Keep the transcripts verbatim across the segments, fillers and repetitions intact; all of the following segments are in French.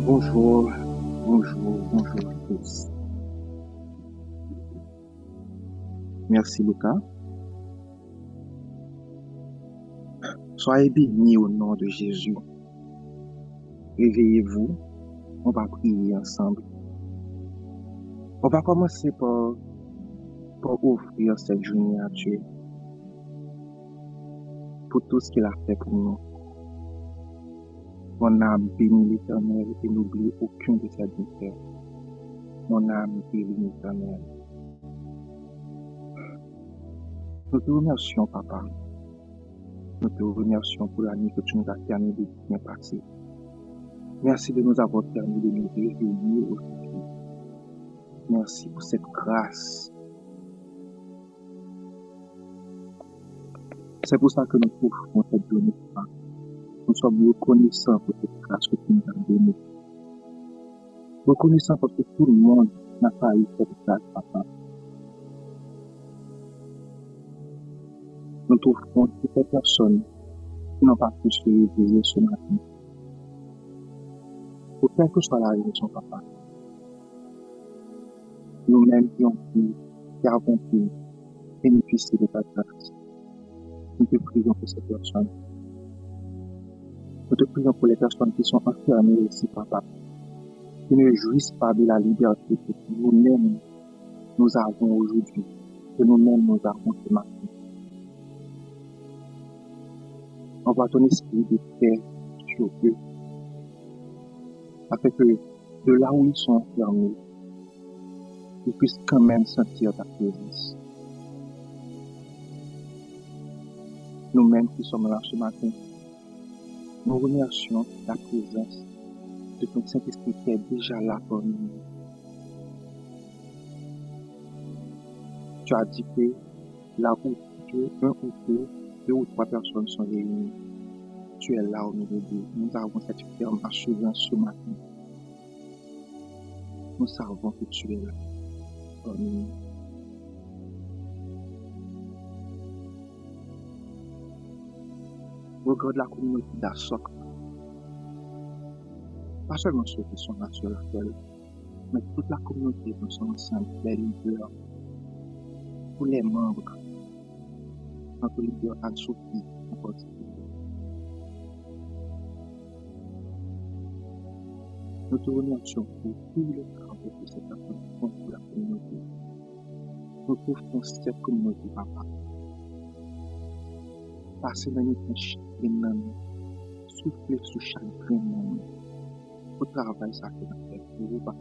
Bonjour, bonjour, bonjour à tous. Merci Lucas. Soyez bénis au nom de Jésus. Réveillez-vous, on va prier ensemble. On va commencer par, par offrir cette journée à Dieu pour tout ce qu'il a fait pour nous. Mon âme bénit l'Éternel et n'oublie aucun de ses bienfaits. Mon âme bénit l'Éternel. Nous te remercions, Papa. Nous te remercions pour la nuit que tu nous as permis de bien passer. Merci de nous avoir permis de nous réveiller aujourd'hui. Merci pour cette grâce. C'est pour ça que nous offrons cette journée. Nous sommes reconnaissants pour cette grâce que tu nous as donnée. Reconnaissants parce que tout le monde n'a pas eu cette grâce, Papa. Nous t'offrons toutes les personnes qui n'ont pas pu se réveiller ce matin. Pour quelle que soit la raison, Papa. Nous-mêmes qui ont pu, qui avons pu bénéficier de ta grâce. Nous te prions pour ces personnes. Nous te prions pour les personnes qui sont enfermées ici, Papa, qui ne jouissent pas de la liberté que nous-mêmes nous avons aujourd'hui, que nous-mêmes nous avons ce matin. Envoie ton esprit de paix sur eux, afin que de là où ils sont enfermés, ils puissent quand même sentir ta présence. Nous-mêmes qui sommes là ce matin, nous remercions la présence de ton Saint-Esprit qui est déjà là pour nous. Tu as dit que là où deux, un ou deux, deux ou trois personnes sont réunies, tu es là au milieu d'eux. Nous avons cette ferme assurance ce matin. Nous savons que tu es là parmi nous. Regarde la communauté d'Assoc. Pas seulement ceux qui sont là sur l'appel, mais toute la communauté nous sommes ensemble, les leaders, tous les membres, notre leader Anne-Sophie en particulier. Nous te remercions pour tous les travaux que cette personne font pour la communauté. Nous offrons cette communauté, Papa. Passez dans les tâches et dans nous. Soufflez sur chaque grain de nous. Au travail, ça fait la tête pour vous, Papa.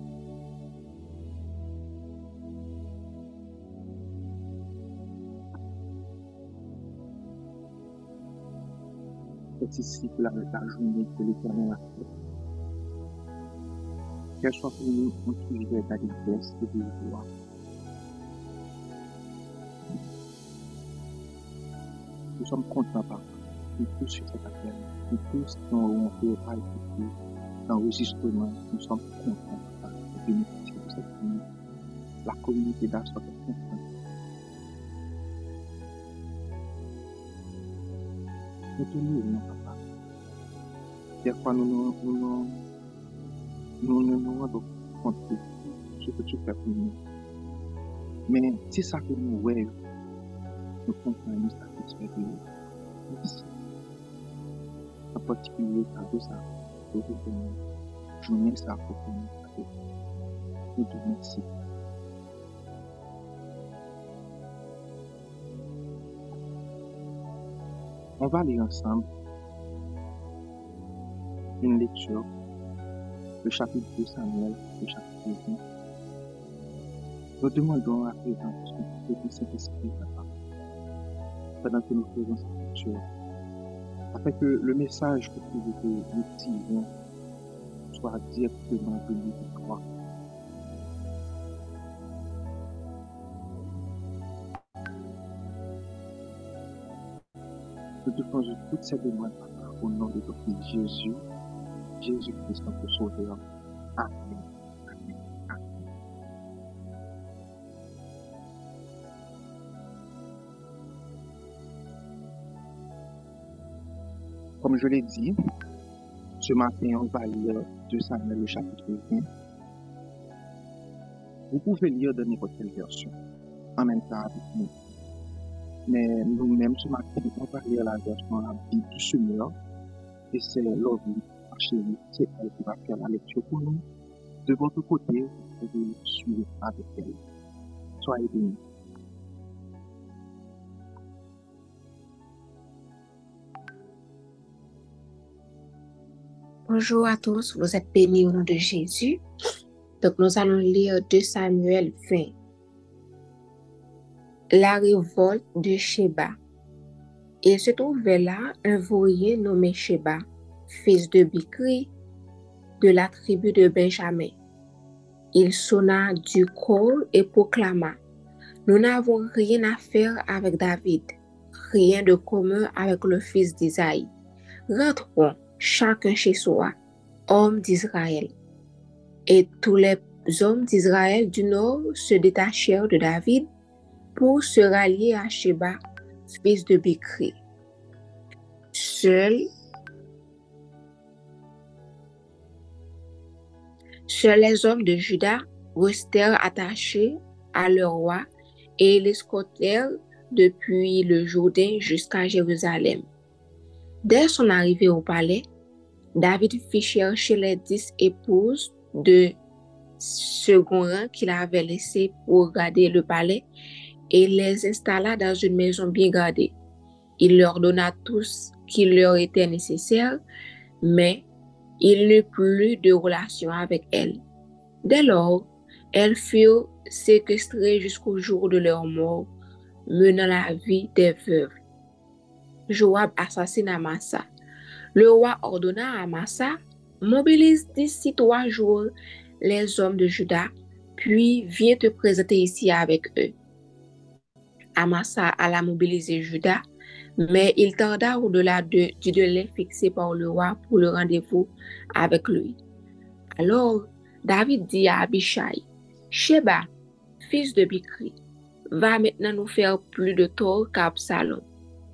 Participe à la journée que l'Éternel a faite. Qu'elle soit pour nous un sujet d'allégresse et de joie. Nous sommes contents, Papa, de tous sur cet appel, de tous qui ont fait à écouter l'enregistrement. Nous sommes contents, Papa, de bénéficier de cette communauté. La communauté d'Assoc est contente. Nous te louons, Papa. Des fois, nous nous, nous, nous, nous, nous nous rendons compte de ce que tu fais pour nous. Mais c'est ça que nous voyons. Nous comprenons, nous satisfaire de nous. Merci. En particulier, cadeau ça, pour nous. Journée ça, pour nous. Nous te remercions. On va lire ensemble une lecture, le chapitre de Samuel, le chapitre vingt. Nous demandons à présent que le Saint-Esprit pendant que nous faisons cette lecture, afin que le message que nous tirons soit directement venu de toi. Nous te faisons toutes ces demandes au nom de ton Fils Jésus, Jésus-Christ, notre Sauveur. Amen. Amen. Amen. Comme je l'ai dit, Ce matin, on va lire deux Samuel, le chapitre vingt. Vous pouvez lire de n'importe quelle version en même temps avec nous. Mais nous-mêmes, ce matin, on va lire la version la Bible du Seigneur. Et c'est Lovely, ma chérie, c'est elle qui va faire la lecture pour nous. De votre côté, vous pouvez suivre avec elle. Soyez bénis. Bonjour à tous, vous êtes bénis au nom de Jésus. Donc nous allons lire deux Samuel vingt. La révolte de Sheba. Il se trouvait là un vaurien nommé Sheba, fils de Bikri, de la tribu de Benjamin. Il sonna du col et proclama: Nous n'avons rien à faire avec David, rien de commun avec le fils d'Isaïe. Rentrons chacun chez soi, hommes d'Israël. Et tous les hommes d'Israël du nord se détachèrent de David pour se rallier à Sheba, fils de Bikri. Seuls, seuls les hommes de Juda restèrent attachés à leur roi et l'escortèrent depuis le Jourdain jusqu'à Jérusalem. Dès son arrivée au palais, David fit chercher les dix épouses de second rang qu'il avait laissées pour garder le palais et les installa dans une maison bien gardée. Il leur donna tout ce qui leur était nécessaire, mais il n'eut plus de relation avec elles. Dès lors, elles furent séquestrées jusqu'au jour de leur mort, menant la vie des veuves. Joab assassine Amasa. Le roi ordonna à Amasa: Mobilise d'ici trois jours les hommes de Juda, puis viens te présenter ici avec eux. Amasa alla mobiliser Juda, mais il tarda au-delà de, du délai fixé par le roi pour le rendez-vous avec lui. Alors, David dit à Abishai: Sheba, fils de Bikri, va maintenant nous faire plus de tort qu'Absalom.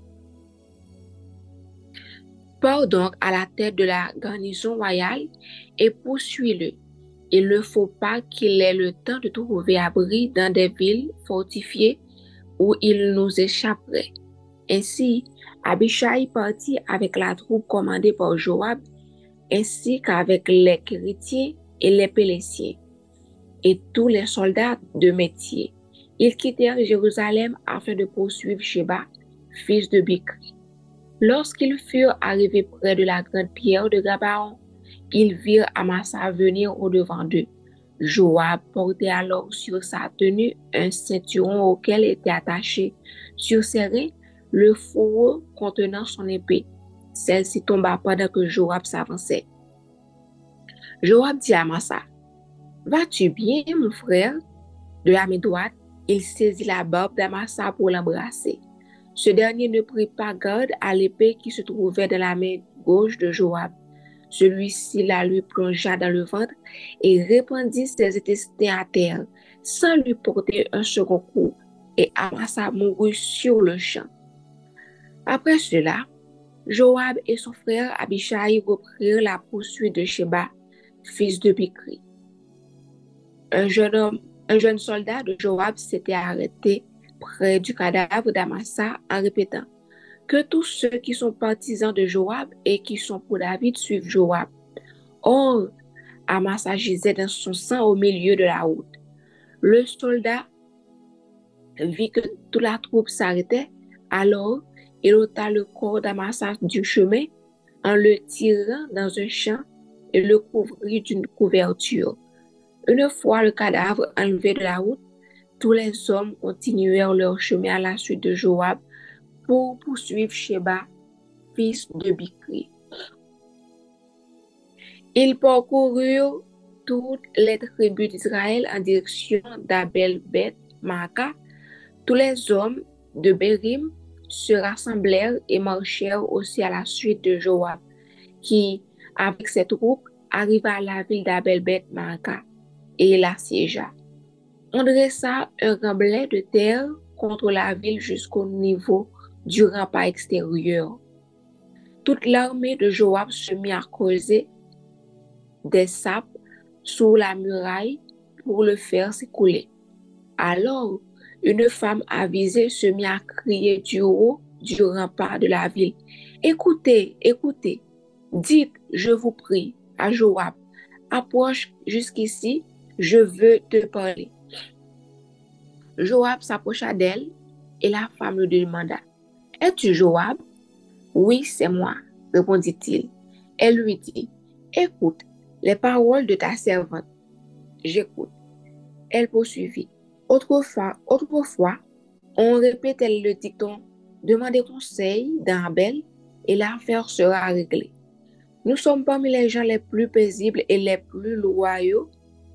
Pars donc à la tête de la garnison royale et poursuis-le. Il ne faut pas qu'il ait le temps de trouver abri dans des villes fortifiées où il nous échapperait. Ainsi, Abishai partit avec la troupe commandée par Joab, ainsi qu'avec les Kérétiens et les Pélétiens, et tous les soldats de métier. Ils quittèrent Jérusalem afin de poursuivre Sheba, fils de Bikri. Lorsqu'ils furent arrivés près de la grande pierre de Gabaon, ils virent Amasa venir au-devant d'eux. Joab portait alors sur sa tenue un ceinturon auquel était attaché sur ses reins le fourreau contenant son épée. Celle-ci tomba pendant que Joab s'avançait. Joab dit à Amasa: Vas-tu bien, mon frère? De la main droite, il saisit la barbe d'Amasa pour l'embrasser. Ce dernier ne prit pas garde à l'épée qui se trouvait dans la main gauche de Joab. Celui-ci la lui plongea dans le ventre et répandit ses intestins à terre, sans lui porter un second coup, et Amasa mourut sur le champ. Après cela, Joab et son frère Abishai reprirent la poursuite de Sheba, fils de Bikri. Un jeune homme, un jeune soldat de Joab s'était arrêté près du cadavre d'Amasa en répétant: Que tous ceux qui sont partisans de Joab et qui sont pour David suivent Joab. Or, Amasa gisait dans son sang au milieu de la route. Le soldat vit que toute la troupe s'arrêtait, alors il ôta le corps d'Amasa du chemin en le tirant dans un champ et le couvrit d'une couverture. Une fois le cadavre enlevé de la route, tous les hommes continuèrent leur chemin à la suite de Joab pour poursuivre Sheba, fils de Bikri. Ils parcoururent toutes les tribus d'Israël en direction d'Abel-Beth-Maaka. Tous les hommes de Bérim se rassemblèrent et marchèrent aussi à la suite de Joab, qui, avec ses troupes, arriva à la ville d'Abel-Beth-Maaka et l'assiégea. On dressa un remblai de terre contre la ville jusqu'au niveau du rempart extérieur. toute l'armée de Joab se mit à causer des sapes sous la muraille pour le faire s'écouler. Alors, une femme avisée se mit à crier du haut du rempart de la ville. Écoutez, écoutez, dites, je vous prie, à Joab, approche jusqu'ici, je veux te parler. Joab s'approcha d'elle et la femme lui demanda, es-tu Joab? Oui, c'est moi, répondit-il. Elle lui dit, écoute les paroles de ta servante. J'écoute. Elle poursuivit. Autrefois, autrefois, on répétait le dicton, demandez conseil dans Abel et l'affaire sera réglée. Nous sommes parmi les gens les plus paisibles et les plus loyaux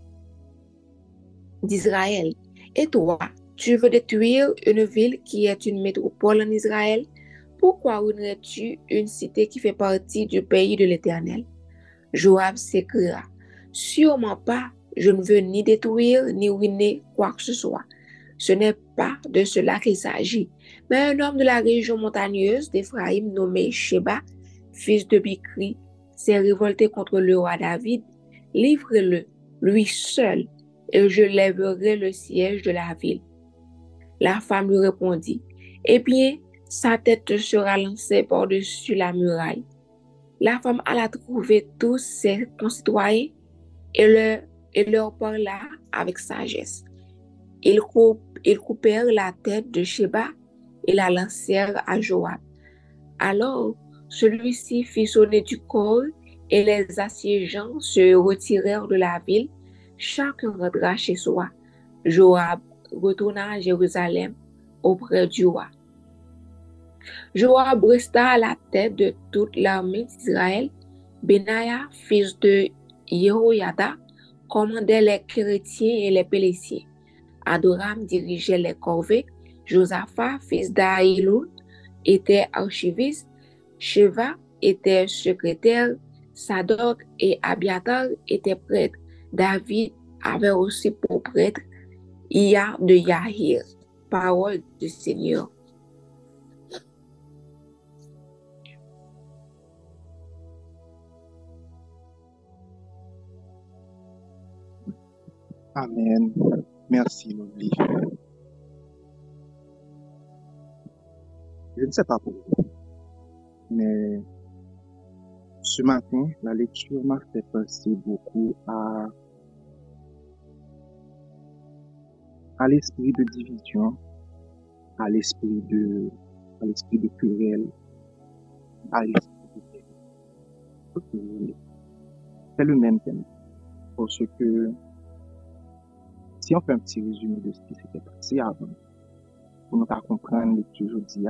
d'Israël. Et toi, tu veux détruire une ville qui est une métropole en Israël? Pourquoi ruinerais-tu une cité qui fait partie du pays de l'Éternel? Joab s'écria, sûrement pas, je ne veux ni détruire ni ruiner quoi que ce soit. Ce n'est pas de cela qu'il s'agit, mais un homme de la région montagneuse d'Éphraïm nommé Sheba, fils de Bikri, s'est révolté contre le roi David. Livrez-le, lui seul, et je lèverai le siège de la ville. La femme lui répondit, eh bien, sa tête sera lancée par-dessus la muraille. La femme alla trouver tous ses concitoyens et leur, et leur parla avec sagesse. Ils, coup, ils coupèrent la tête de Sheba et la lancèrent à Joab. Alors, celui-ci fit sonner du cor et les assiégeants se retirèrent de la ville. Chacun rentra chez soi. Joab retourna à Jérusalem auprès du roi. Joab resta à la tête de toute l'armée d'Israël. Benaïa, fils de Jehoiada, commandait les chrétiens et les pélétiens. Adoram dirigeait les corvées. Josaphat, fils d'Aïloud, était archiviste. Sheva était secrétaire. Sadok et Abiatar étaient prêtres. David avait aussi pour prêtre Ia de Yahir. Parole du Seigneur. Amen. Merci, Lovely. Je ne sais pas pour vous, mais ce matin, la lecture m'a fait penser beaucoup à, à l'esprit de division, à l'esprit de, à l'esprit de querelle, à l'esprit de guerre. Tout ce que vous voulez. C'est le même thème. Parce que si on fait un petit résumé de ce qui s'était passé avant, pour nous faire comprendre lecture aujourd'hui,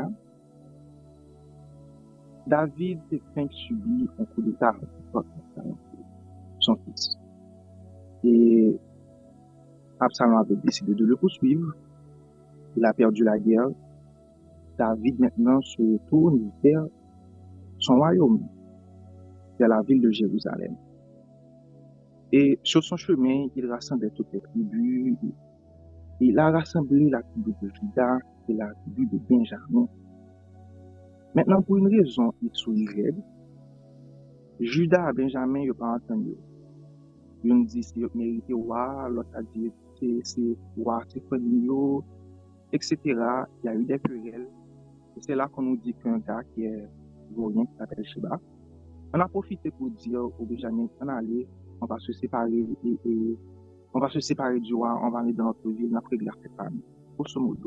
David a subi un coup d'état par son fils. Et Absalom avait décidé de le poursuivre. Il a perdu la guerre. David maintenant se retourne vers son royaume, vers la ville de Jérusalem. Et sur son chemin, il rassemblait toutes les tribus. Il a rassemblé la tribu de Juda et la tribu de Benjamin. Maintenant, pour une raison X ou Y, Juda et Benjamin n'ont pas entendu. Ils ont dit qu'ils méritaient roi, l'autre a dit que c'est roi, c'est famille, et cetera. Il y a eu des querelles. Et c'est là qu'on nous dit qu'un gars qui est vaurien, qui s'appelle Sheba, on a profité pour dire aux Benjamin, on allait, on va se séparer et, et on va se séparer du roi, on va aller dans notre ville, on a pris de la famille. Grosso modo.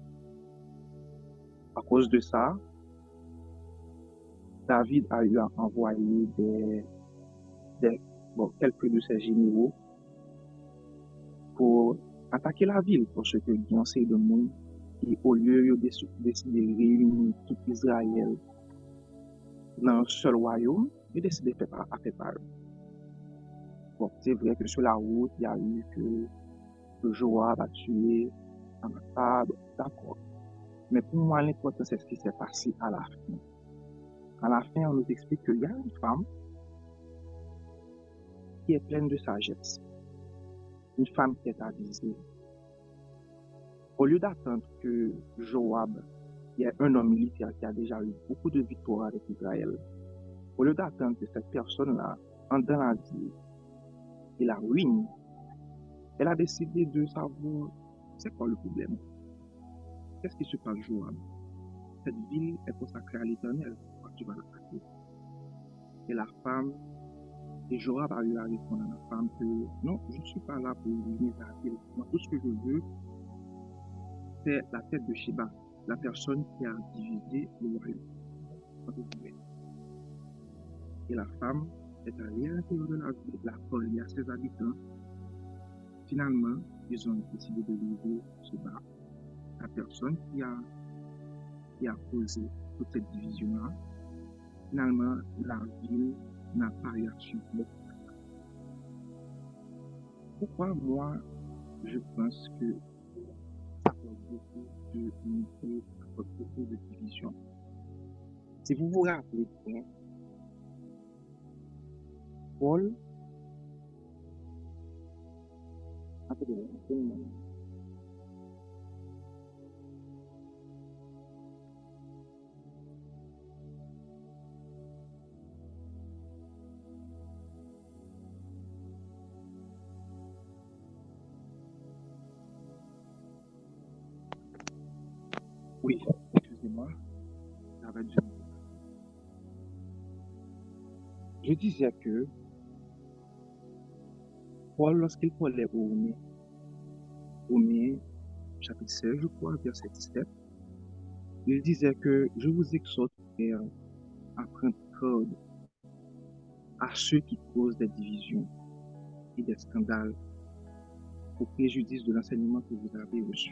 À cause de ça, David a eu à envoyer des, des bon, quelques de ses généraux pour attaquer la ville, parce que il y a un série de monde qui, au lieu de décider de réunir tout Israël dans un seul royaume, ils décident de faire par part. Bon, c'est vrai que sur la route, il y a eu que, que Joab a tué Amasa, d'accord. Mais pour moi, l'important, c'est ce qui s'est passé à la fin. À la fin, on nous explique qu'il y a une femme qui est pleine de sagesse. Une femme qui est avisée. Au lieu d'attendre que Joab il y a un homme militaire qui a déjà eu beaucoup de victoires avec Israël. Au lieu d'attendre que cette personne-là entre dans la vie et la ruine, elle a décidé de savoir c'est quoi le problème. Qu'est-ce qui se passe, Joab? Cette ville est consacrée à l'Éternel. Pourquoi tu vas l'attaquer? Et la femme, et Joab a eu à répondre à la femme que non, je ne suis pas là pour ruiner la ville. Moi, tout ce que je veux, c'est la tête de Sheba, la personne qui a divisé le royaume. Et la femme est allée à l'intérieur de la ville, la parlé à ses habitants. Finalement, ils ont décidé de lever Sheba, la personne qui a, qui a causé toute cette division-là. Finalement, la ville n'a pas eu à subir. Pourquoi moi, je pense que ça apporte beaucoup de unité, ça apporte beaucoup de division. Si vous vous rappelez bien, Paul, attendez, attendez, oui, excusez-moi, j'avais dû. Je disais que Paul, lorsqu'il parlait aux Romains, Romains, chapitre seize, je crois, verset dix-sept, il disait que je vous exhorte, frères, à prendre garde à ceux qui causent des divisions et des scandales au préjudice de l'enseignement que vous avez reçu.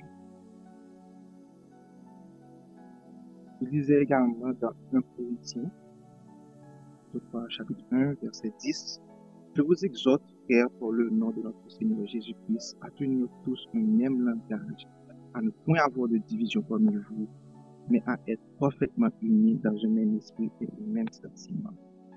Il disait également dans un Corinthiens, je crois, chapitre un, verset dix, je vous exhorte, frères, pour le nom de notre Seigneur Jésus-Christ, à tenir tous un même langage, à ne point avoir de division parmi vous, mais à être parfaitement unis dans un même esprit et un même sentiment.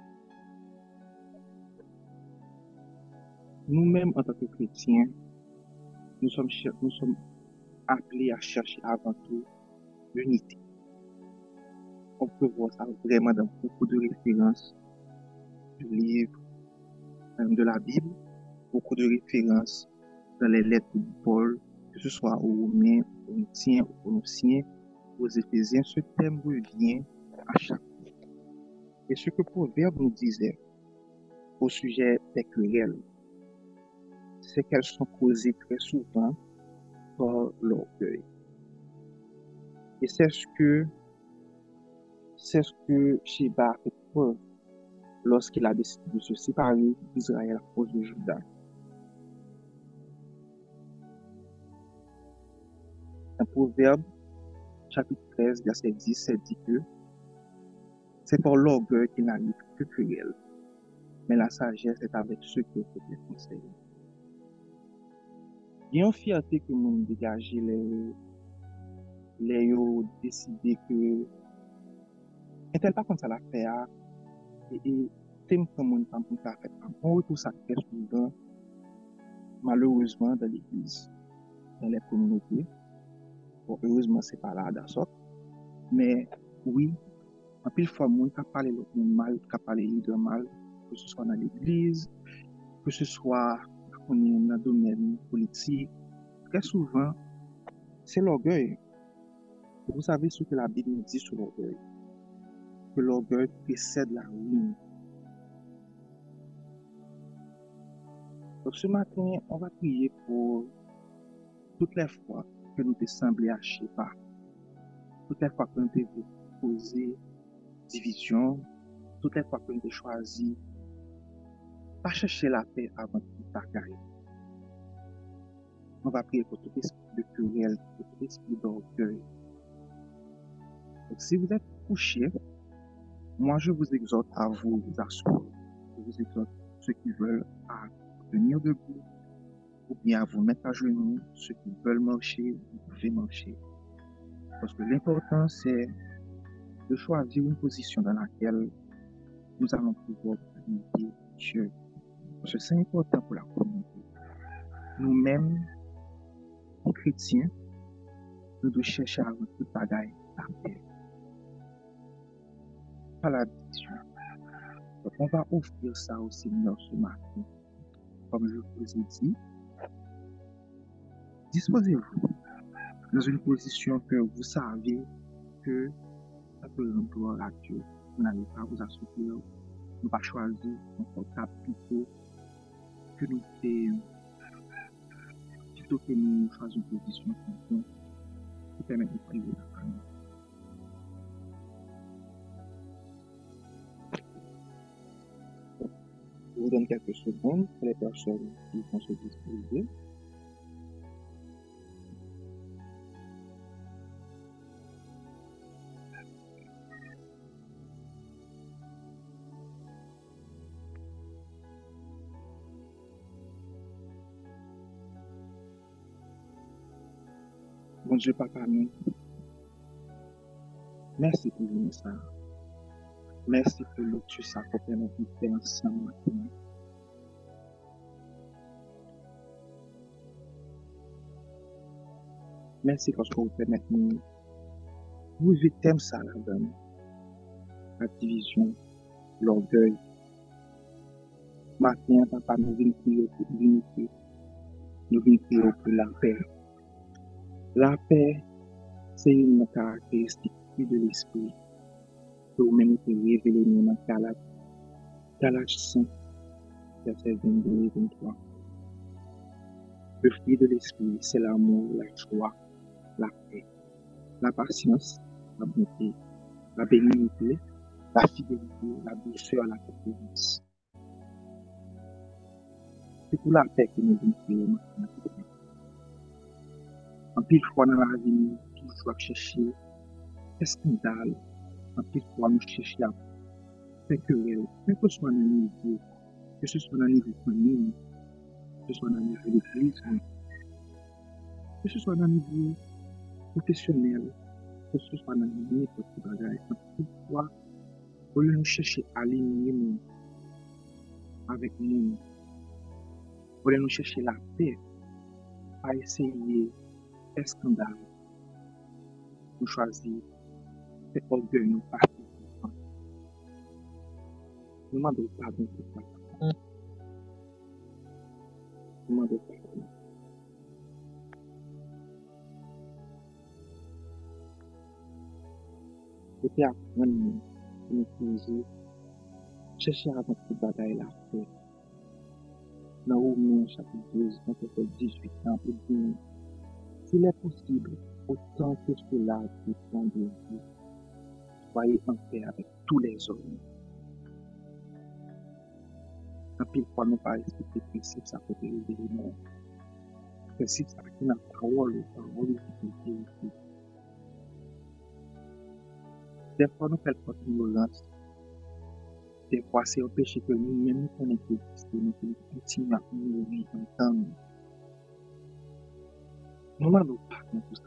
Nous-mêmes, en tant que chrétiens, nous sommes, nous sommes appelés à chercher avant tout l'unité. On peut voir ça vraiment dans beaucoup de références du livre, même de la Bible, beaucoup de références dans les lettres de Paul, que ce soit aux Romains, aux Corinthiens, aux Colossiens, aux Éphésiens. Ce thème revient à chaque fois. Et ce que Proverbe nous disait au sujet des querelles, c'est qu'elles sont causées très souvent par l'orgueil. Et c'est ce que c'est ce que Sheba a fait preuve lorsqu'il a décidé de se séparer d'Israël à cause de Juda. Un Proverbe, chapitre treize, verset dix, c'est dit que c'est par l'orgueil qu'il n'arrive que querelle, mais la sagesse est avec ceux qui écoutent les conseils. Il y a une fierté que nous dégager les les yo décidé que n'est pas comme ça l'affaire et et thème comme on pas pour faire on retrouve ça très souvent malheureusement dans l'église, dans les communautés. Bon, heureusement c'est pas là d'accord, mais oui, en pile fois monde qui parle le mal, qui parle leader mal, que ce soit dans l'église, que ce soit dans le domaine politique, très souvent c'est l'orgueil. Vous savez ce que la Bible nous dit sur l'orgueil, que l'orgueil précède la ruine. Donc ce matin, on va prier pour toutes les fois que nous te semblé à Sheba, toutes les fois que nous te posé division, toutes les fois que nous te choisi, pas chercher la paix avant toute bagaille. On va prier pour tout esprit de querelle, pour tout esprit d'orgueil. Donc si vous êtes couché, moi je vous exhorte à vous asseoir. Je vous exhorte ceux qui veulent à tenir debout, ou bien à vous mettre à genoux. Ceux qui veulent marcher, vous pouvez marcher. Parce que l'important, c'est de choisir une position dans laquelle nous allons pouvoir prier Dieu. Parce que c'est important pour la communauté. Nous-mêmes, les chrétiens, nous devons chercher à toute bagaille la paix, pas l'addiction. Donc, on va offrir ça au Seigneur ce matin. Comme je vous ai dit, disposez-vous dans une position que vous savez que ça peut rendre gloire à Dieu. Vous n'allez pas vous assoupir, ne pas choisir confortable plutôt que nous faisons, plutôt que nous choisissons une position qui permet de prier la famille. Je vous donne quelques secondes pour les personnes qui vont se disposer. Bon Dieu, Papa, nous, merci pour le ça. Merci pour le tu ça pour permettre de faire ensemble maintenant. Merci parce que vous permettez de nous vivre thème ça là-dedans. La division, l'orgueil. Maintenant, Papa, nous venons prier pour l'unité. Nous venons prier pour la paix. La paix, c'est une caractéristique de l'esprit que vous-même vous révélez nous dans Galates, Galates cinq, verset vingt-deux et vingt-trois. Le fruit de l'esprit, c'est l'amour, la joie, la paix, la patience, la bonté, la bénignité, la fidélité, la douceur, la tempérance. C'est pour la paix que nous venons prier maintenant. En pile fois dans la vie, nous toujours chercher un scandale. En pile fois, nous cherchons à faire querelle, quel que soit notre niveau, que ce soit dans le niveau famille, que ce soit dans le niveau d'église, que ce soit dans le niveau professionnel, que ce soit dans le niveau de bagage. En pile fois, au lieu de nous chercher à aligner avec nous, au lieu de nous chercher la paix, à essayer un scandale, nous choisir cet orgueil, nous partir. Nous demandons pardon pour ça. Nous demandons pardon. C'était apprendre nous, nous toujours chercher avant toute bataille la paix. Dans Romains chapitre douze, verset dix-huit, ans, il dit, s'il est possible, autant que cela dépend de vous, soyez en paix avec tous les hommes. En pile fois, nous pas respecter le principe, ça peut élever les morts. Le principe, ça peut être la parole, la parole de vérité. Des fois, nous faisons contre ignorance. Des fois, c'est un péché que nous-mêmes nous connaissons exister, nous continuons à mourir en temps. Nous n'avons pas dans tout ça.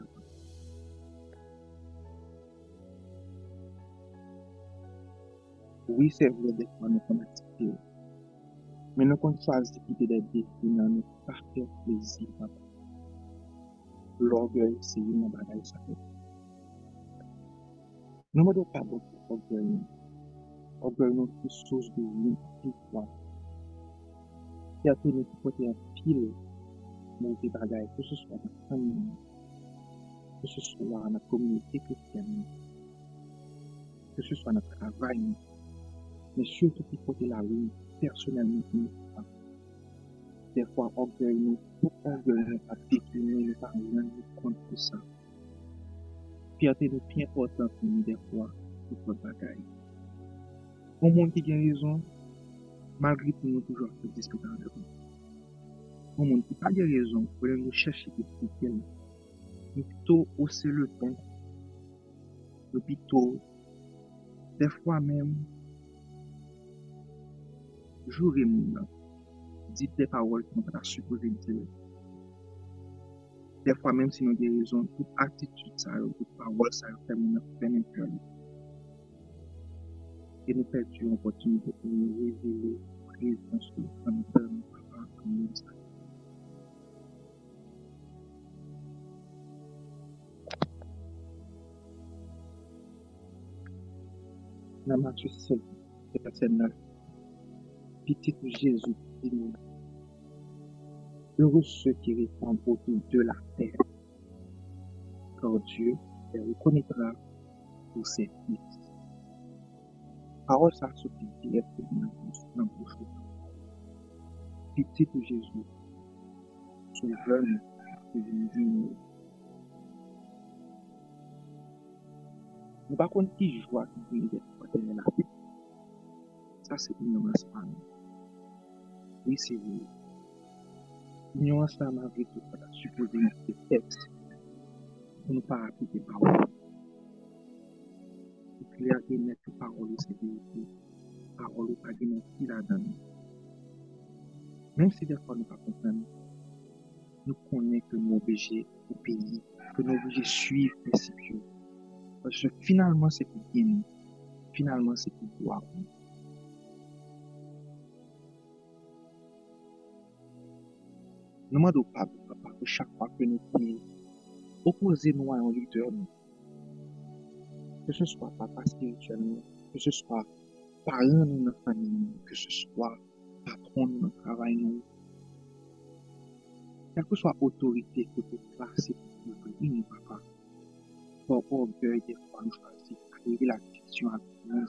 Oui, c'est vrai, des fois, nous sommes mais nous avons choisi de quitter des défis dans notre parfait plaisir. L'orgueil, c'est une bagaille sacrée. Nous ne devons pas beaucoup d'orgueil. Orgueil, nous est source de vie, de foi. Il y a tenu qui côté un pile, mauvais bagaille, que ce soit dans la famille, que ce soit dans la communauté chrétienne, que ce soit dans le travail, mais surtout qui côté la rue, personnellement, nous pas. Des fois, orgueil, nous, tout orgueil, nous pas décliner, nous pas rien nous compte pour ça. Fierté nous plus important pour nous, des fois, pour notre bagaille. Pour le monde qui a raison, malgré tout, nous toujours fait discuter avec nous. Pour le monde qui n'a pas raison, pour nous chercher des expliquer, nous plutôt hausser le ton, nous plutôt, des fois même, jouer mon dire des paroles qu'on n'a pas supposé dire. Des fois même si nous avons raison, toute attitude, ça, toute parole, ça fait mon peine cœur. Et nous perdons l'opportunité pour nous révéler présence de notre Père, notre Papa, comme nous savons. Dans Matthieu sept, verset neuf, petit Jésus dit nous, heureux ceux qui répandent autour de la terre, car Dieu les reconnaîtra pour ses fils. Parole ça sortit directement dans la bouche. Petit Jésus, sauveur, qui vient dire, nous ne pouvons pas qui joie qui vient d'être là. Ça, c'est ignorance. Oui, c'est vrai. Ignorance, ça m'a dit que ça supposé des textes pour ne pas appliquer parole. C'est clair que mettre parole, c'est vérité. Parole, pas de qui la donne. Même si des fois nous ne comprenons pas, nous connaissons que nous obligés au pays, que nous obligés suivre les principes. Parce que finalement, c'est pour bien. Finalement, c'est pour gloire. Nous ne demandons pas, papa, que chaque fois que nous opposons nous à un leader, que ce soit papa spirituel, que ce soit parents de notre famille, que ce soit patron de notre travail, nous, quelle que soit l'autorité que vous placez pour nous, papa, pour orgueil, des fois, nous choisissons de créer la question avec nous.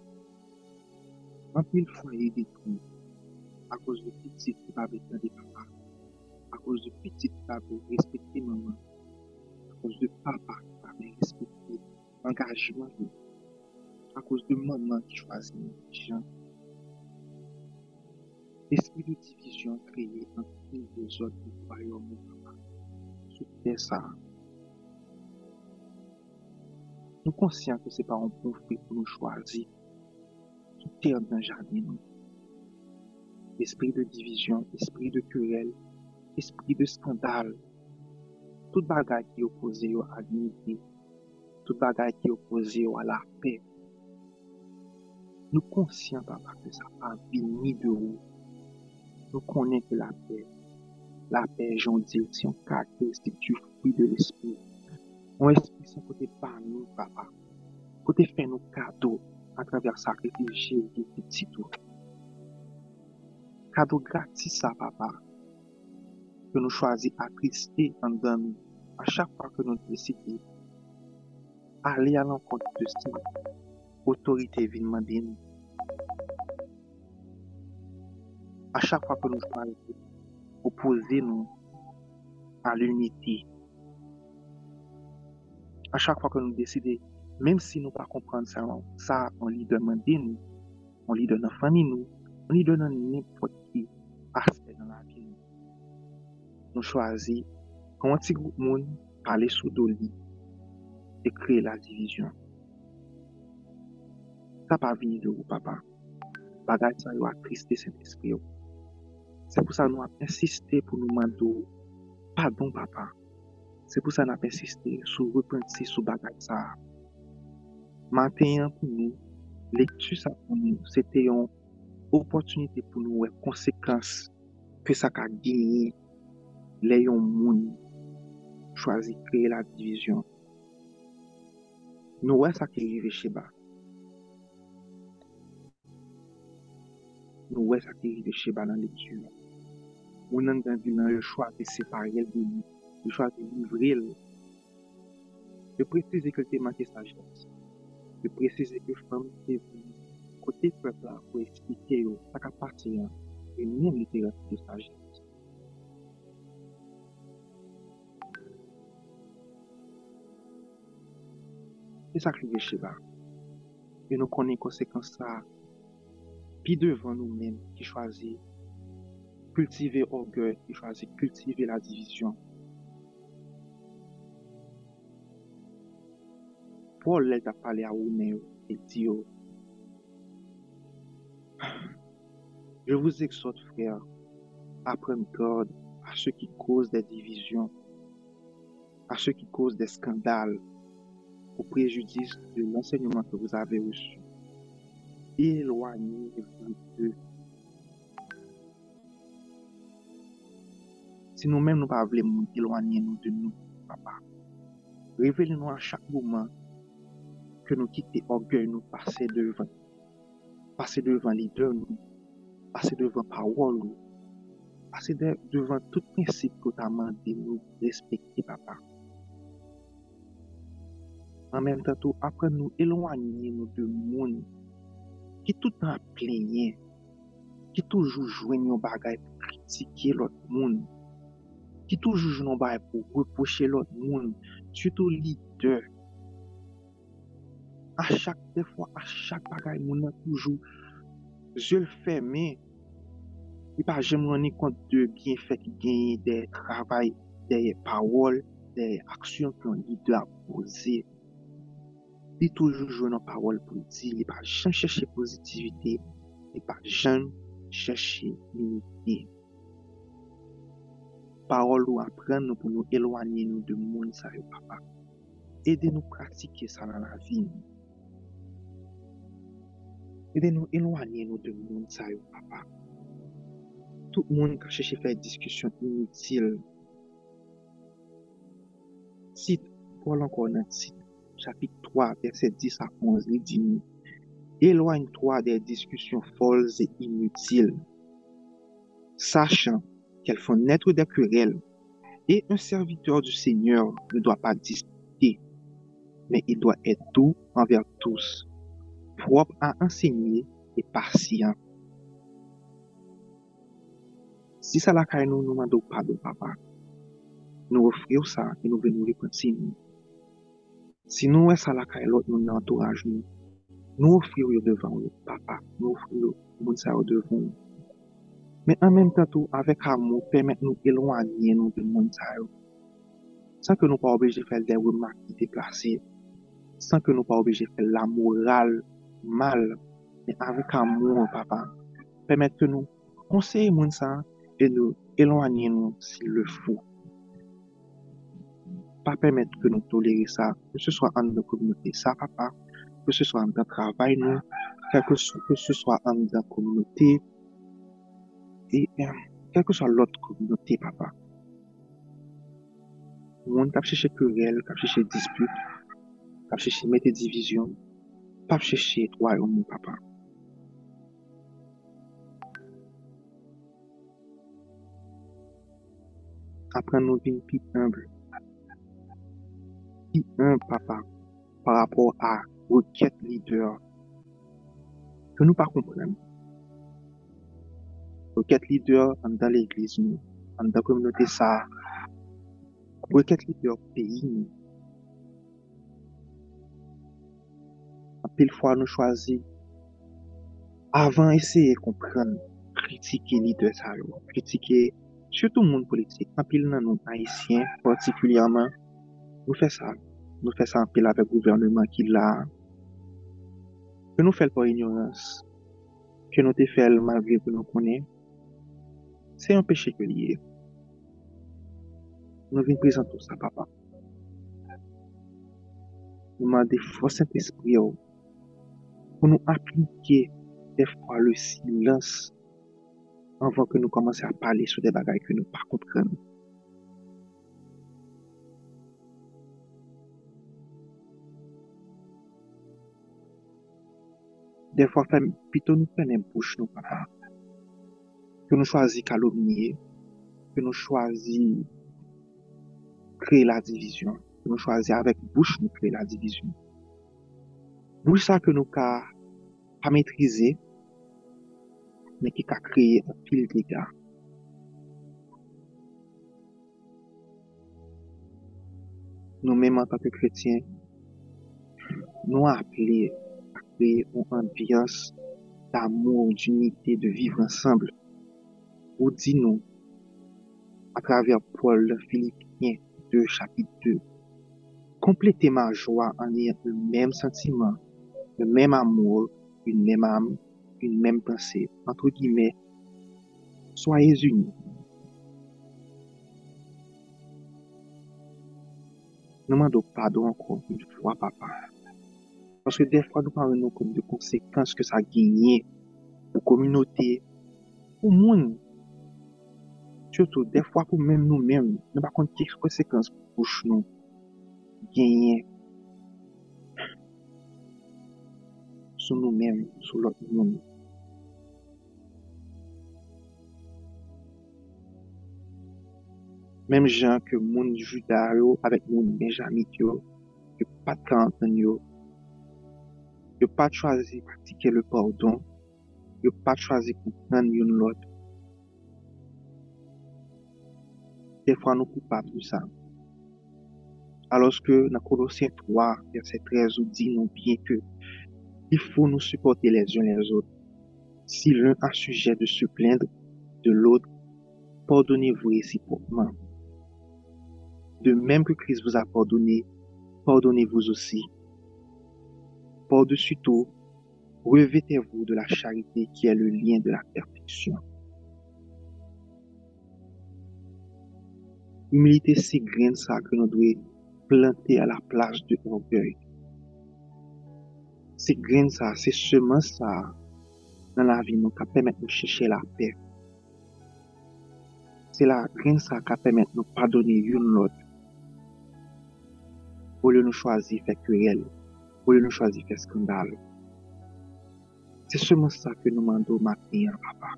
Un pile foyer détruit à cause de petites qui pas avec des papa, à cause de petites qui pas respecter maman, à cause de papa qui pas respecter l'engagement, à cause de maman qui choisit gens. L'esprit de division créé entre les deux autres royaumes, papa. C'était ça. Nous sommes conscients que ce n'est pas un bon fruit pour nous choisir. Tout est dans le jardin. Esprit de division, esprit de querelle, esprit de scandale. Toute bagaille qui est opposée à l'unité, toute bagaille qui est opposée à la paix. Nous sommes conscients, papa, que ça n'a pas ni de haut. Nous connaissons que la paix, la paix, j'en dis, c'est un caractéristique du fruit de l'esprit. Mon esprit, c'est côté par nous, papa. Côté faire nos cadeaux à travers sacrifice Jésus petit tout. Cadeau gratis, ça, papa. Que nous choisissons à trister en nous. À chaque fois que nous décidons aller à l'encontre de cette autorité vient demander nous. À chaque fois que nous choisissons opposer nous à l'unité. À chaque fois que nous décidons, même si nous ne comprenons pas ça, ça, on lui demande nous, on lui donne notre famille nous, on lui donne n'importe qui aspect dans la vie. Nous choisissons, quand un petit groupe de monde parler sous Doli et créer la division. Ça pas venir de vous, papa. Bagay ça y a attristé cet esprit. C'est pour ça que nous avons insisté pour nous demander pardon, papa. C'est pour ça que nous avons insisté sur repentir sur bagay ça. Maintenant pour nous, lecture ça pour nous, c'était une opportunité pour nous, une conséquence que ça a gagné les gens choisi de créer la division. Nous voyons ça qui arrive chez Ba. Nous voyons ça qui arrive chez Ba dans la lecture. On a entendu dans le choix de séparer de lui, le choix de livrer. Je précise que tu manqué sagesse. Je précise que femme est côté peuple là pour expliquer ça qui appartient et même littérature de sagesse. C'est ça qui arrive chez Ba. Et nous connaissons les conséquences ça. Puis devant nous-mêmes qui choisit cultiver l'orgueil, qui choisit cultiver la division. Paul a parlé à Romain et dit, je vous exhorte, frères, à prendre garde à ceux qui causent des divisions, à ceux qui causent des scandales, au préjudice de l'enseignement que vous avez reçu. Éloignez-vous d'eux. Si nous-mêmes nous ne voulons pas éloigner nous de nous, papa, révélez-nous à chaque moment que nous quitter orgueil, nous passer devant, passer devant leader, nous, passer devant parole, nous, passer de- devant tout principe que tu as demandé, nous respecter, papa. En même temps, tout, après nous éloigner nous de monde qui tout le temps plaigné, qui toujours joignent un bagage pour critiquer l'autre monde, qui toujours joue un bagage pour reprocher l'autre monde, surtout leader. À chaque des fois, à chaque bagage, mon a toujours yeux fermés. Il pas jamais rendu compte de bienfaits qui gagnent des travail, des paroles, des actions que un leader a posées. Il toujours joue une parole pour dire, il pas jamais chercher positivité, il pas jamais chercher l'unité. Parole ou apprendre nous pour nous éloigner nous de monde ça yo papa. Aidez-nous pratiquer ça dans la vie. Aidez-nous éloigner nous de monde ça yo papa. Tout le monde qui cherche à faire discussion inutile. Cite Paul encore dans Tite, chapitre trois, verset dix à onze, il dit nous, éloigne-toi des discussions folles et inutiles, sachant qu'elles font naître des querelles, et un serviteur du Seigneur ne doit pas disputer, mais il doit être doux envers tous, propre à enseigner et patient. Si ça la caille nous, nous demandons pardon, papa, nous offrons ça et nous venons repentir. Si nous, ça la caille l'autre, nous entourage nous, nous offrons devant nous, papa, nous offrons nous ça devant nous. Mais en même temps, tout, avec amour, permettre nous éloigner nous de monde ça, sans que nous pas obligés de faire des remarques déplacées, sans que nous pas obligés de faire la morale mal, mais avec amour, papa, permettre que nous conseiller monde ça et nous éloigner nous s'il le faut. Pas permettre que nous tolérer ça, que ce soit en notre communauté, ça, papa, que ce soit en notre travail, nous, que ce, que ce soit en notre communauté, et euh, quelle que soit l'autre communauté, papa. Monde qui cherche querelle, qui cherche dispute, qui cherche mettre division, pas chercher toi et mon papa. Après nous vivre plus humble, plus humble, papa, par rapport à requête leader, que nous pas comprendre. Requête leader dans l'église, nous, dans la communauté, ça, requête leader pays, nous. En pile fois, nous choisissons, avant essayer de comprendre, critiquer leader, ça, critiquer surtout le monde politique, en pile dans nous haïtiens particulièrement, nous faisons ça. Nous faisons ça en pile avec le gouvernement qui l'a, que nous faisons par ignorance, que nous te faisons malgré que nous connaissons. C'est un péché que lié. Nous venons présenter ça, papa. Nous demandons force Saint-Esprit pour nous appliquer des fois le silence avant que nous commencions à parler sur des bagages que nous ne comprenons pas. Des fois, plutôt nous prenons bouche, nous, papa. Que nous choisissons calomnier, que nous choisissons créer la division, que nous choisissons avec bouche, nous créer la division. Bouche ça que nous pas maîtriser, mais qui a créé un pile de dégâts. Nous-mêmes, en tant que chrétiens, nous appelés à créer une ambiance d'amour, d'unité, de vivre ensemble. Ou dis-nous, à travers Paul, Philippiens deux, chapitre deux, complétez ma joie en ayant le même sentiment, le même amour, une même âme, une même pensée. Entre guillemets, soyez unis. Nous demandons pardon encore une fois, papa. Parce que des fois, nous parlons nous comme de conséquences que ça a gagné pour la communauté, pour le monde. Surtout, des fois, pour même nous-mêmes, nous ne savons pas quelles conséquences pour nous gagner. sur nous-mêmes, sur l'autre monde. Même gens que moun Juda yo avec moun Benjamin yo, que pas de quarantaine yo, que pas choisi pratiquer le pardon, que pas choisi comprendre yon l'autre. Des fois nous coupables de ça. Alors que dans Colossiens trois, verset treize, nous dit nous bien que il faut nous supporter les uns les autres. Si l'un a sujet de se plaindre de l'autre, pardonnez-vous réciproquement. De même que Christ vous a pardonné, pardonnez-vous aussi. Par-dessus tout, revêtez-vous de la charité qui est le lien de la perfection. Humilité, c'est grain ça que nous devons planter à la place de l'orgueil. C'est grain ça, c'est semence ça dans la vie nous qui permet de chercher la paix. C'est la grain ça qui permet de nous pardonner une l'autre. Au lieu de nous choisir faire querelle, au lieu de nous choisir faire scandale. C'est seulement ça que nous demandons maintenant, papa.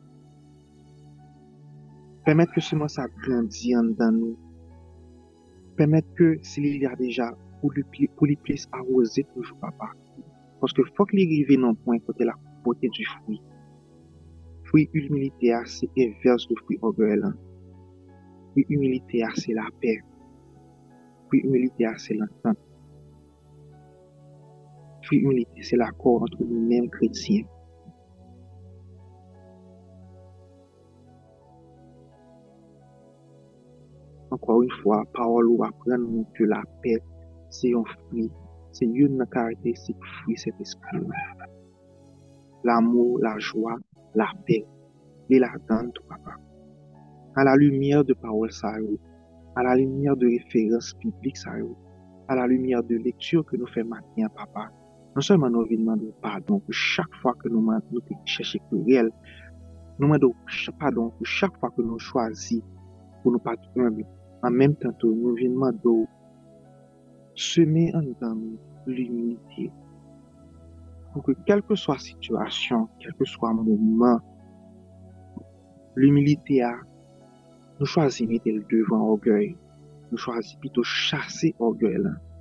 Permettre que seulement ça grandisse dans nous. Permettre que s'il y a déjà, pour lui, pour lui plus arroser toujours, papa. Parce que faut qu'il arrive dans le point côté la beauté du fruit. Fruit humilité, c'est inverse de fruit orgueil. Fruit humilité, c'est la paix. Fruit humilité, c'est l'entente. Fruit humilité, c'est l'accord entre nous-mêmes chrétiens. Encore une fois, parole ou apprendre que la paix, c'est un fruit, c'est une caractéristique fruit cet esprit. L'amour, la joie, la paix, et la tente, papa. À la lumière de parole, ça, à la lumière de références bibliques, ça, à la lumière de lecture que nous faisons maintenant, papa. Non seulement nous demandons pardon pour chaque fois que nous, nous cherchons querelle, nous demandons pardon pour chaque fois que nous choisissons pour nous pas humbles. En même temps, nous demandons semer en nous l'humilité. Pour que quelle que soit la situation, quel que soit le moment, l'humilité a, nous choisissons de mettre le devant l'orgueil. Nous choisissons plutôt chasser l'orgueil.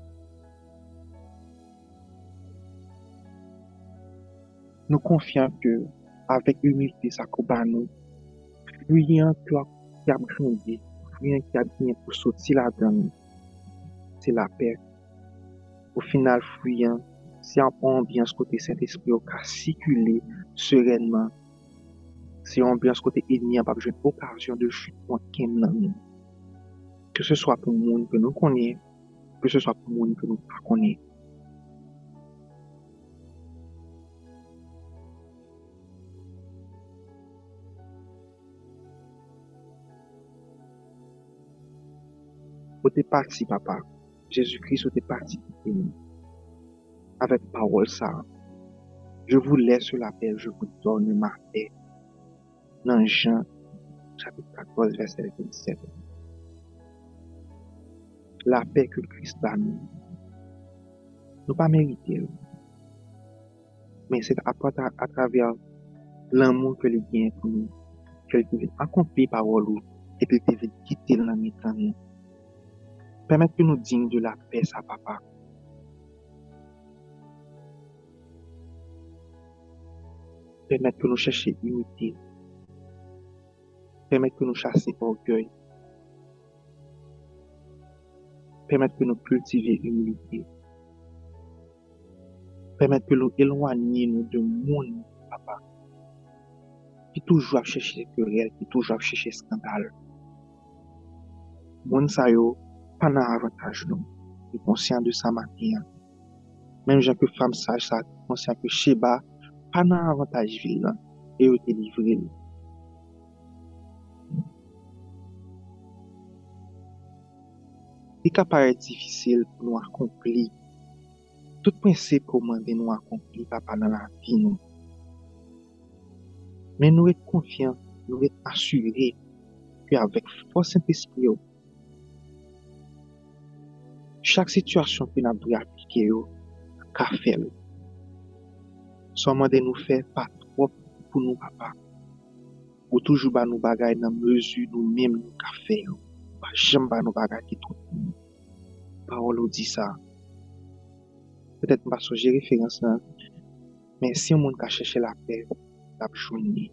Nous confions que avec l'humilité, ça combat nous. Fuyant qui a grandi, fuyant qui a bien pour sortir là-dedans, c'est la paix. Au final, fuyant, c'est un ambiance côté Saint-Esprit qui a circulé sereinement. C'est une ambiance côté ennemi, n'a pas besoin d'occasion de chute pour qu'il nous. Que ce soit pour le monde que nous connaissons, que ce soit pour le monde que nous ne connaissons pas. Vous êtes parti, papa. Jésus-Christ, vous êtes parti. Avec parole, ça. Je vous laisse la paix, je vous donne ma paix. Dans Jean, chapitre quatorze, verset vingt-sept. La paix que Christ a nous. Nous pas mériter. Mais c'est à, à travers l'amour que les gagne pour nous, que les accomplir parole et puis les quitter dans notre nous. Permettre que nous dignes de la paix, ça, papa. Permettre que nous cherchions unité. Permettre que nous chassions orgueil. Permettre que nous cultivions l'humilité. Permettre que nous éloignions de monde, papa. Qui toujours chercher querelle, qui toujours chercher scandale. Monde ça yo, pas d'avantage nous. Je suis conscient de ça matin. Même j'ai que femme sage, ça, conscient que Sheba, pas d'avantage ville, et eu été livré. Il peut paraître difficile pour nous accomplir. Tout principe commandé nous accomplir, papa, dans la vie, nous. Mais nous sommes confiants, nous sommes assurés qu'avec force Saint-Esprit, chaque situation que nous avons appliquée, qu'a fait. Seulement de nous faire pas trop pour nous, papa. Ou toujours ba nous bagay dans mesure nous-mêmes nous ka faire. Pas jamais ba nous bagay qui trop. Parole nous dit ça. Peut-être pas sur référence là, mais si on monde ka chercher la paix, la journée.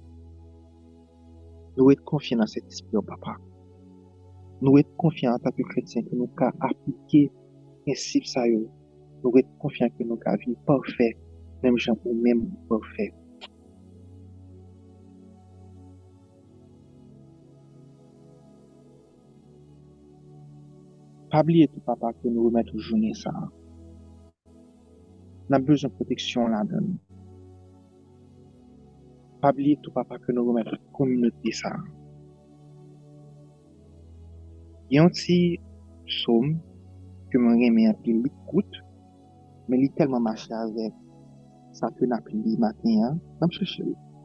Nous être confiants dans cet esprit, papa. Nous être confiants en tant que chrétiens que nous ka appliquer principe ça yo. Nous être confiants que nous ka vivre parfait, même gens ou même parfait. Pas oublier tout, papa, que nous remettons journée ça. On a besoin de protection là-dedans. Pas oublier tout, papa, que nous remettons la communauté ça. Il y a un petit psaume que moi j'aime un peu l'écoute, mais il est tellement marché avec ça que nous appelons le matin, hein. On cherche.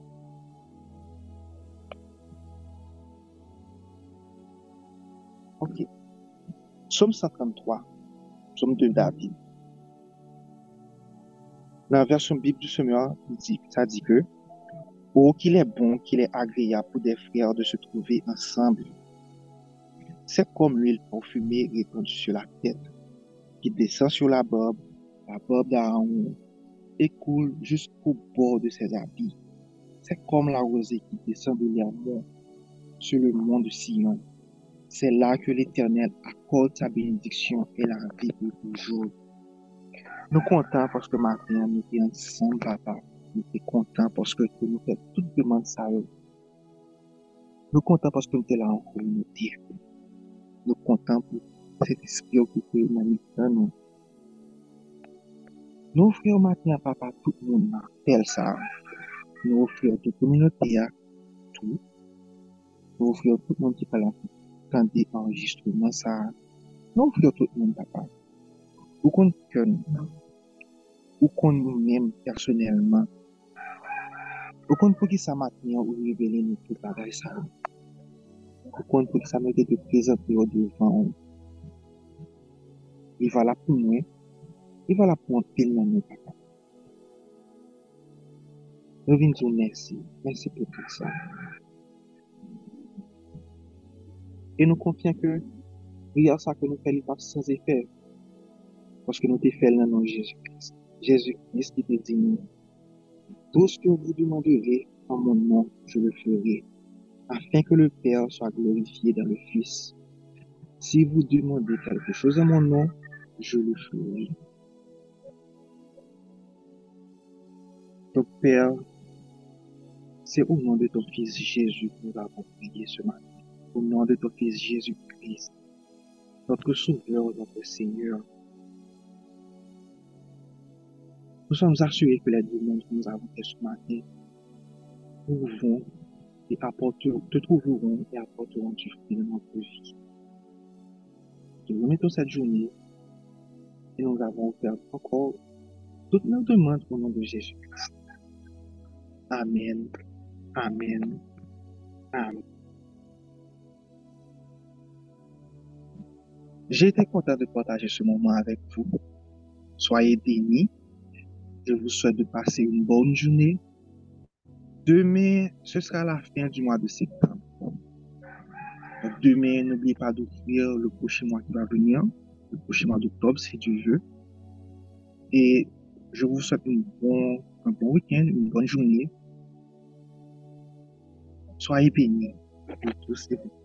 Ok. Psaume cent trente-trois, psaume de David. Dans la version Bible du Seigneur, il dit, ça dit que, oh, qu'il est bon, qu'il est agréable pour des frères de se trouver ensemble. C'est comme l'huile parfumée répandue sur la tête, qui descend sur la barbe, la barbe d'Aaron, et coule jusqu'au bord de ses habits. C'est comme la rosée qui descend de l'Hermon sur le mont de Sion. C'est là que l'Éternel accorde sa bénédiction et la vie pour toujours. Nous sommes contents parce que maintenant nous sommes ensemble, papa. Nous sommes contents parce que nous faisons toute demande ça. Nous sommes contents parce que nous sommes là en communauté. Nous sommes contents pour cet esprit qui est dans nous. Nous offrons maintenant, papa, tout le monde tel ça. Nous offrons toute la communauté, tout. Nous offrons tout le monde qui parle quand des enregistrements ça. Nous offrons tout le monde, papa. Ou qu'on que nous, ou qu'on nous-mêmes personnellement, ou qu'on pour qui ça maintenant ou révéler nous tout bagage ça. Ou qu'on pour que ça mette de présenter au devant. Il va là pour nous, il va là pour un pile dans nous, papa. Nous venons dire merci, merci pour tout ça. Et nous confions que il y a ça que nous faisons sans effet, parce que nous te faisons dans le nom de Jésus-Christ. Jésus-Christ qui te dit nous, tout ce que vous demanderez en mon nom, je le ferai, afin que le Père soit glorifié dans le Fils. Si vous demandez quelque chose en mon nom, je le ferai. Donc, Père, c'est au nom de ton Fils Jésus que nous avons prié ce matin. Au nom de ton Fils Jésus-Christ, notre Sauveur, notre Seigneur. Nous sommes assurés que les demandes que nous avons faites ce matin trouveront et apporteront, te trouveront et apporteront du fruit dans notre vie. Nous remettons cette journée et nous avons fait encore toutes nos demandes au nom de Jésus-Christ. Amen. Amen. Amen. J'ai été content de partager ce moment avec vous. Soyez bénis. Je vous souhaite de passer une bonne journée. Demain, ce sera la fin du mois de septembre. Donc, demain, n'oubliez pas d'ouvrir le prochain mois qui va venir, le prochain mois d'octobre, si Dieu veut. Et je vous souhaite une bon, un bon week-end, une bonne journée. Soyez bénis, vous tous et vous.